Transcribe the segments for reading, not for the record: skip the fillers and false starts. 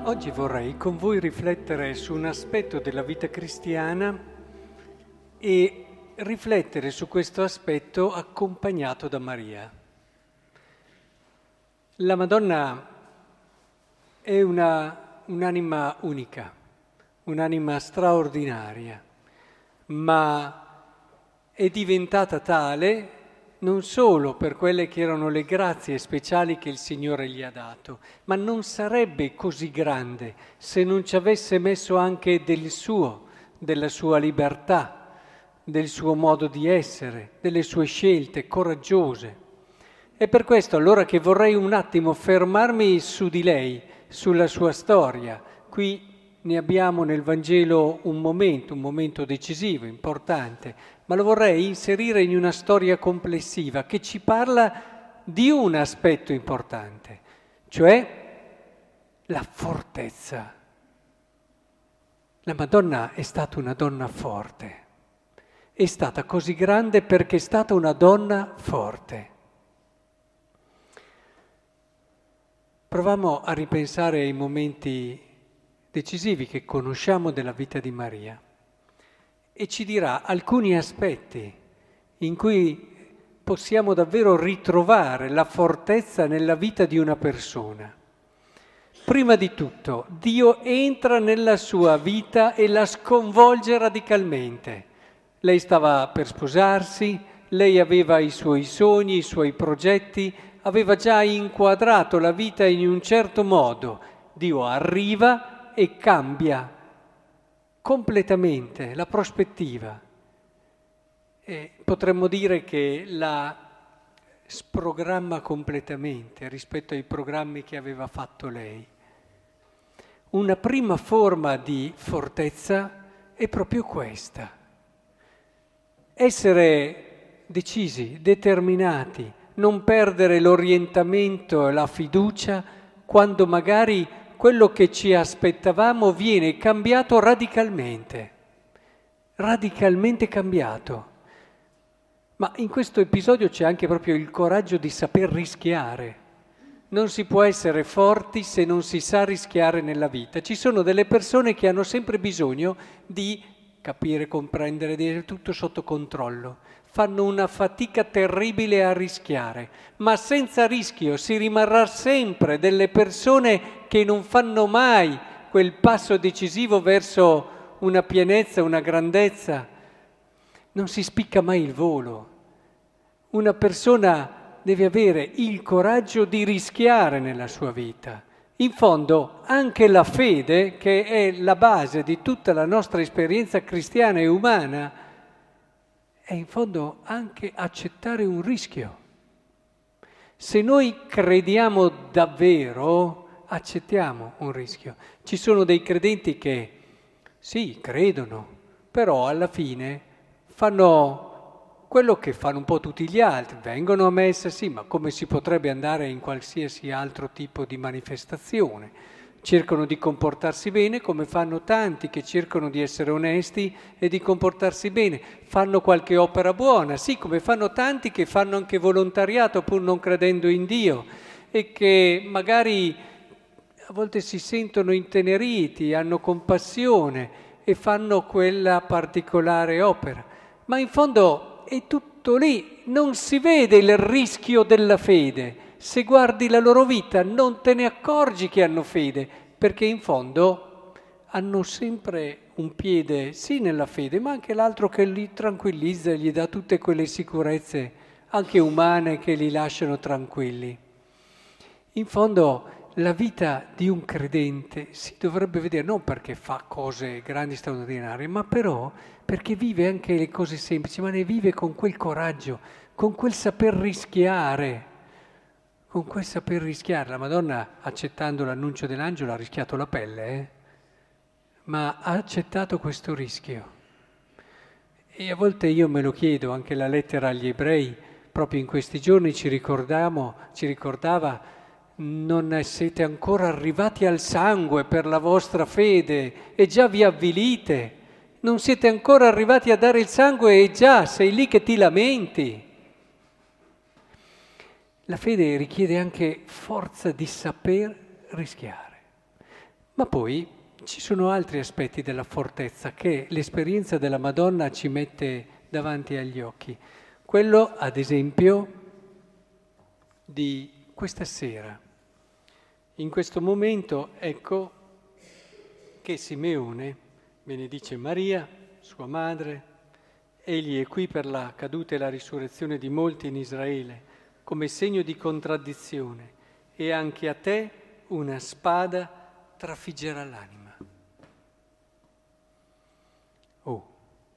Oggi vorrei con voi riflettere su un aspetto della vita cristiana e riflettere su questo aspetto accompagnato da Maria. La Madonna è un'anima unica, un'anima straordinaria, ma è diventata tale non solo per quelle che erano le grazie speciali che il Signore gli ha dato, ma non sarebbe così grande se non ci avesse messo anche del suo, della sua libertà, del suo modo di essere, delle sue scelte coraggiose. È per questo allora che vorrei un attimo fermarmi su di lei, sulla sua storia. Qui ne abbiamo nel Vangelo un momento decisivo, importante, ma lo vorrei inserire in una storia complessiva che ci parla di un aspetto importante, cioè la fortezza. La Madonna è stata una donna forte, è stata così grande perché è stata una donna forte. Proviamo a ripensare ai momenti decisivi che conosciamo della vita di Maria e ci dirà alcuni aspetti in cui possiamo davvero ritrovare la fortezza nella vita di una persona. Prima di tutto, Dio entra nella sua vita e la sconvolge radicalmente. Lei stava per sposarsi, lei aveva i suoi sogni, i suoi progetti, aveva già inquadrato la vita in un certo modo. Dio arriva e cambia completamente la prospettiva. E potremmo dire che la sprogramma completamente rispetto ai programmi che aveva fatto lei. Una prima forma di fortezza è proprio questa. Essere decisi, determinati, non perdere l'orientamento e la fiducia quando magari quello che ci aspettavamo viene cambiato radicalmente cambiato. Ma in questo episodio c'è anche proprio il coraggio di saper rischiare. Non si può essere forti se non si sa rischiare nella vita. Ci sono delle persone che hanno sempre bisogno di capire, comprendere, di avere tutto sotto controllo. Fanno una fatica terribile a rischiare, ma senza rischio si rimarrà sempre delle persone che non fanno mai quel passo decisivo verso una pienezza, una grandezza. Non si spicca mai il volo. Una persona deve avere il coraggio di rischiare nella sua vita. In fondo anche la fede, che è la base di tutta la nostra esperienza cristiana e umana, è in fondo anche accettare un rischio. Se noi crediamo davvero, accettiamo un rischio. Ci sono dei credenti che sì, credono, però alla fine fanno quello che fanno un po' tutti gli altri, vengono a messa, sì, ma come si potrebbe andare in qualsiasi altro tipo di manifestazione. Cercano di comportarsi bene come fanno tanti che cercano di essere onesti e di comportarsi bene. Fanno qualche opera buona, sì, come fanno tanti che fanno anche volontariato pur non credendo in Dio e che magari a volte si sentono inteneriti, hanno compassione e fanno quella particolare opera. Ma in fondo è tutto lì, non si vede il rischio della fede. Se guardi la loro vita non te ne accorgi che hanno fede, perché in fondo hanno sempre un piede sì nella fede, ma anche l'altro che li tranquillizza e gli dà tutte quelle sicurezze anche umane che li lasciano tranquilli. In fondo la vita di un credente si dovrebbe vedere non perché fa cose grandi, straordinarie, ma però perché vive anche le cose semplici, ma ne vive con quel coraggio, con quel saper rischiare. Con quel saper rischiare. La Madonna, accettando l'annuncio dell'angelo, ha rischiato la pelle, ma ha accettato questo rischio. E a volte io me lo chiedo, anche la lettera agli ebrei, proprio in questi giorni ci ricordava non siete ancora arrivati al sangue per la vostra fede e già vi avvilite, non siete ancora arrivati a dare il sangue e già sei lì che ti lamenti. La fede richiede anche forza di saper rischiare, Ma poi ci sono altri aspetti della fortezza che l'esperienza della Madonna ci mette davanti agli occhi. Quello, ad esempio, di questa sera. In questo momento, ecco, che Simeone benedice Maria, sua madre. Egli è qui per la caduta e la risurrezione di molti in Israele, come segno di contraddizione, e anche a te una spada trafiggerà l'anima. Oh.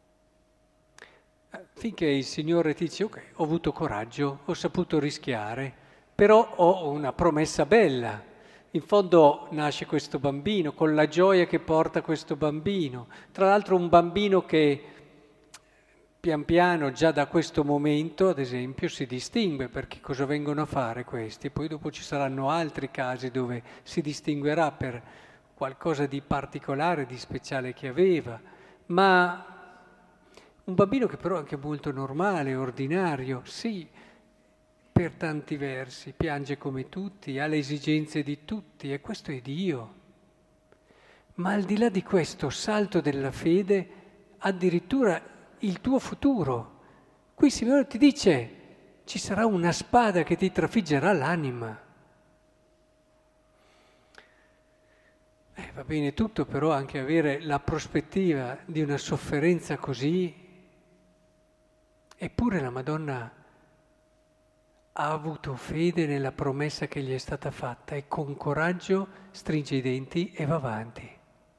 Finché il Signore ti dice, ok, ho avuto coraggio, ho saputo rischiare, però ho una promessa bella. In fondo nasce questo bambino, con la gioia che porta questo bambino. Tra l'altro un bambino che pian piano, già da questo momento, ad esempio, si distingue, perché cosa vengono a fare questi? Poi dopo ci saranno altri casi dove si distinguerà per qualcosa di particolare, di speciale che aveva. Ma un bambino che però è anche molto normale, ordinario, sì, per tanti versi, piange come tutti, ha le esigenze di tutti, e questo è Dio. Ma al di là di questo salto della fede, addirittura il tuo futuro. Qui Simeone ti dice, ci sarà una spada che ti trafiggerà l'anima. Va bene tutto, però anche avere la prospettiva di una sofferenza così. Eppure la Madonna ha avuto fede nella promessa che gli è stata fatta e con coraggio stringe i denti e va avanti.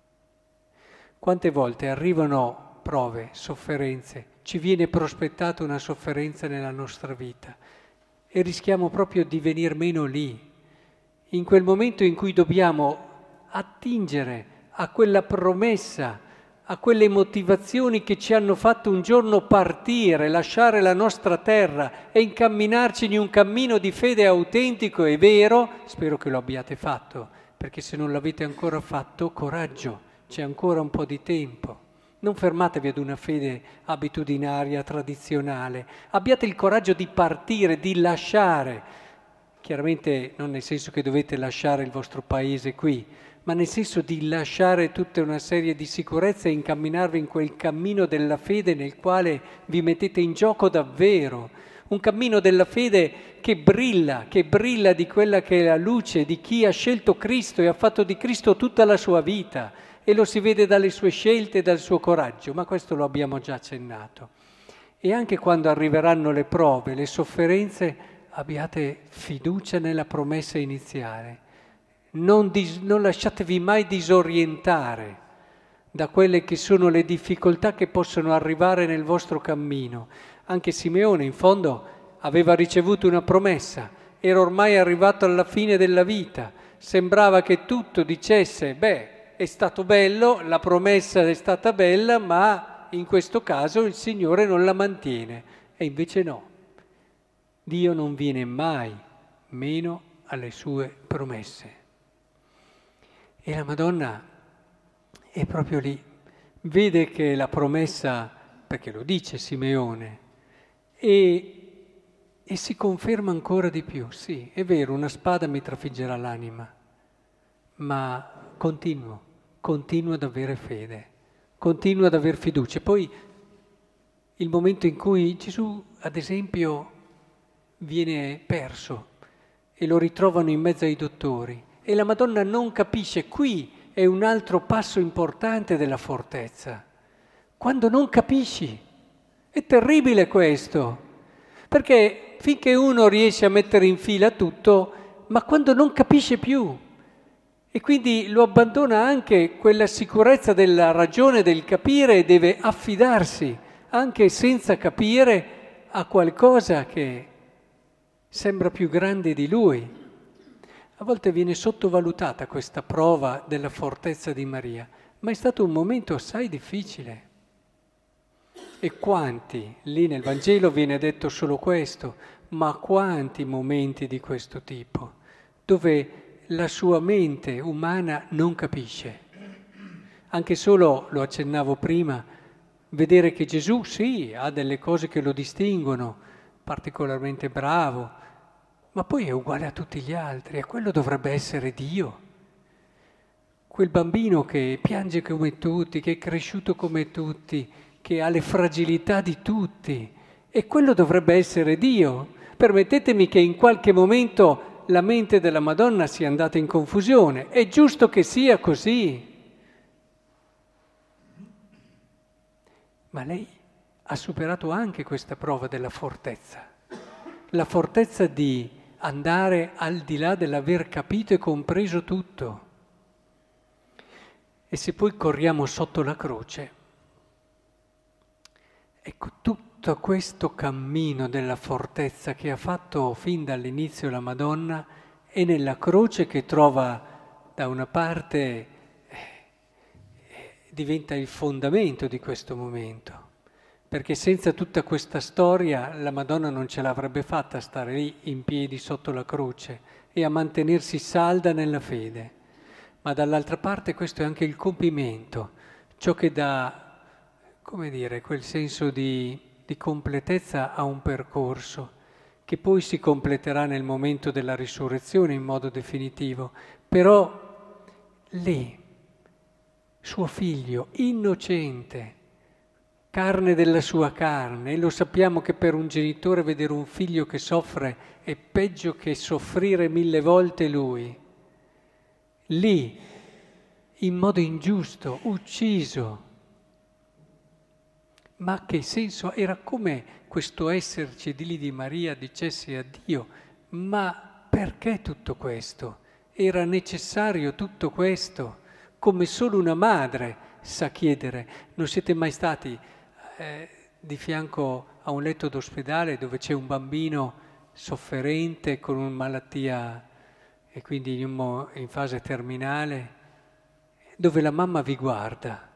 Quante volte arrivano prove, sofferenze, ci viene prospettata una sofferenza nella nostra vita e rischiamo proprio di venir meno lì, in quel momento in cui dobbiamo attingere a quella promessa, a quelle motivazioni che ci hanno fatto un giorno partire, lasciare la nostra terra e incamminarci in un cammino di fede autentico e vero. Spero che lo abbiate fatto, perché se non l'avete ancora fatto, coraggio, c'è ancora un po' di tempo. Non fermatevi ad una fede abitudinaria, tradizionale. Abbiate il coraggio di partire, di lasciare. Chiaramente non nel senso che dovete lasciare il vostro paese qui, ma nel senso di lasciare tutta una serie di sicurezze e incamminarvi in quel cammino della fede nel quale vi mettete in gioco davvero. Un cammino della fede che brilla di quella che è la luce di chi ha scelto Cristo e ha fatto di Cristo tutta la sua vita. E lo si vede dalle sue scelte e dal suo coraggio, ma questo lo abbiamo già accennato. E anche quando arriveranno le prove, le sofferenze, abbiate fiducia nella promessa iniziale. Non lasciatevi mai disorientare da quelle che sono le difficoltà che possono arrivare nel vostro cammino. Anche Simeone, in fondo, aveva ricevuto una promessa, era ormai arrivato alla fine della vita, sembrava che tutto dicesse, è stato bello, la promessa è stata bella, ma in questo caso il Signore non la mantiene. E invece no, Dio non viene mai meno alle sue promesse. E la Madonna è proprio lì, vede che la promessa, perché lo dice Simeone, e si conferma ancora di più. Sì, è vero, una spada mi trafiggerà l'anima, ma continuo ad avere fede, continuo ad aver fiducia. Poi il momento in cui Gesù, ad esempio, viene perso e lo ritrovano in mezzo ai dottori e la Madonna non capisce, qui è un altro passo importante della fortezza. Quando non capisci, è terribile questo, perché finché uno riesce a mettere in fila tutto, ma quando non capisce più, e quindi lo abbandona anche quella sicurezza della ragione, del capire, e deve affidarsi, anche senza capire, a qualcosa che sembra più grande di lui. A volte viene sottovalutata questa prova della fortezza di Maria, ma è stato un momento assai difficile. E quanti, lì nel Vangelo viene detto solo questo, ma quanti momenti di questo tipo, dove la sua mente umana non capisce. Anche solo, lo accennavo prima, vedere che Gesù sì, ha delle cose che lo distinguono, particolarmente bravo, ma poi è uguale a tutti gli altri, e quello dovrebbe essere Dio. quel bambino che piange come tutti, che è cresciuto come tutti, che ha le fragilità di tutti. E quello dovrebbe essere Dio. Permettetemi che in qualche momento la mente della Madonna sia andata in confusione. È giusto che sia così. Ma lei ha superato anche questa prova della fortezza. La fortezza di andare al di là dell'aver capito e compreso tutto. E se poi corriamo sotto la croce, ecco, tutto questo cammino della fortezza che ha fatto fin dall'inizio la Madonna è nella croce che trova da una parte, diventa il fondamento di questo momento, perché senza tutta questa storia la Madonna non ce l'avrebbe fatta a stare lì in piedi sotto la croce e a mantenersi salda nella fede. Ma dall'altra parte questo è anche il compimento, ciò che dà, come dire, quel senso di completezza a un percorso, che poi si completerà nel momento della risurrezione in modo definitivo. Però lì, suo figlio, innocente, carne della sua carne, e lo sappiamo che per un genitore vedere un figlio che soffre è peggio che soffrire 1000 volte lui. Lì, in modo ingiusto, ucciso. Ma che senso? Era come questo esserci di lì di Maria dicesse a Dio, ma perché tutto questo? Era necessario tutto questo? Come solo una madre sa chiedere. Non siete mai stati di fianco a un letto d'ospedale dove c'è un bambino sofferente con una malattia e quindi in fase terminale, dove la mamma vi guarda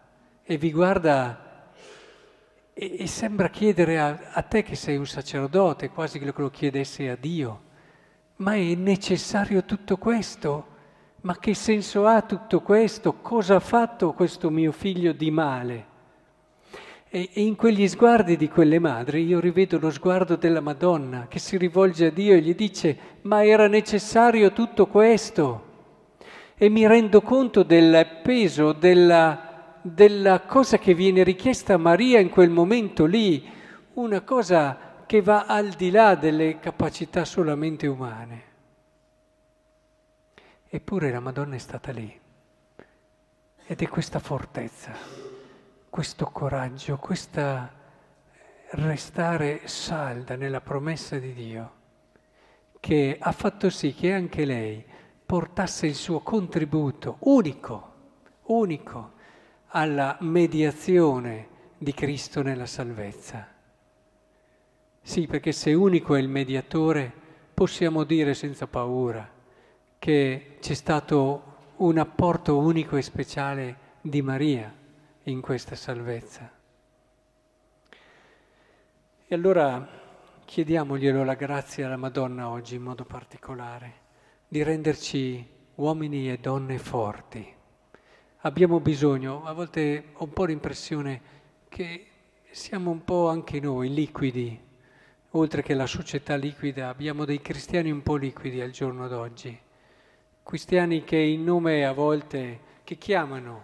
e sembra chiedere a te che sei un sacerdote, quasi che lo chiedesse a Dio, ma è necessario tutto questo? Ma che senso ha tutto questo? Cosa ha fatto questo mio figlio di male? E in quegli sguardi di quelle madri io rivedo lo sguardo della Madonna che si rivolge a Dio e gli dice: ma era necessario tutto questo? E mi rendo conto del peso della cosa che viene richiesta a Maria in quel momento lì, una cosa che va al di là delle capacità solamente umane. Eppure la Madonna è stata lì. Ed è questa fortezza, questo coraggio, questa restare salda nella promessa di Dio, che ha fatto sì che anche lei portasse il suo contributo unico, alla mediazione di Cristo nella salvezza. Sì, perché se unico è il mediatore, possiamo dire senza paura che c'è stato un apporto unico e speciale di Maria in questa salvezza. E allora chiediamoglielo la grazia alla Madonna oggi in modo particolare, di renderci uomini e donne forti. Abbiamo bisogno, a volte ho un po' l'impressione che siamo un po' anche noi liquidi, oltre che la società liquida, abbiamo dei cristiani un po' liquidi al giorno d'oggi. Cristiani che in nome a volte, che chiamano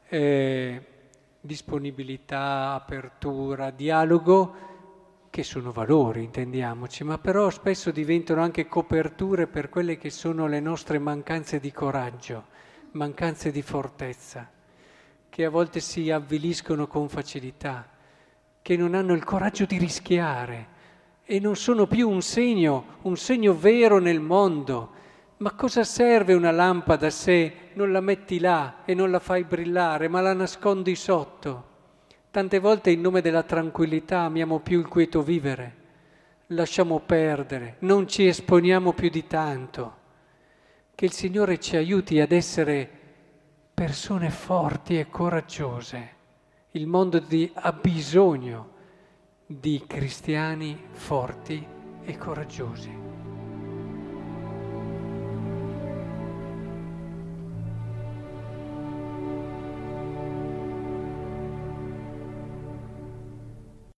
disponibilità, apertura, dialogo, che sono valori, intendiamoci, ma però spesso diventano anche coperture per quelle che sono le nostre mancanze di coraggio, mancanze di fortezza, che a volte si avviliscono con facilità, che non hanno il coraggio di rischiare e non sono più un segno vero nel mondo. Ma cosa serve una lampada se non la metti là e non la fai brillare, ma la nascondi sotto? Tante volte in nome della tranquillità amiamo più il quieto vivere, lasciamo perdere, non ci esponiamo più di tanto. Che il Signore ci aiuti ad essere persone forti e coraggiose. Il mondo ha bisogno di cristiani forti e coraggiosi.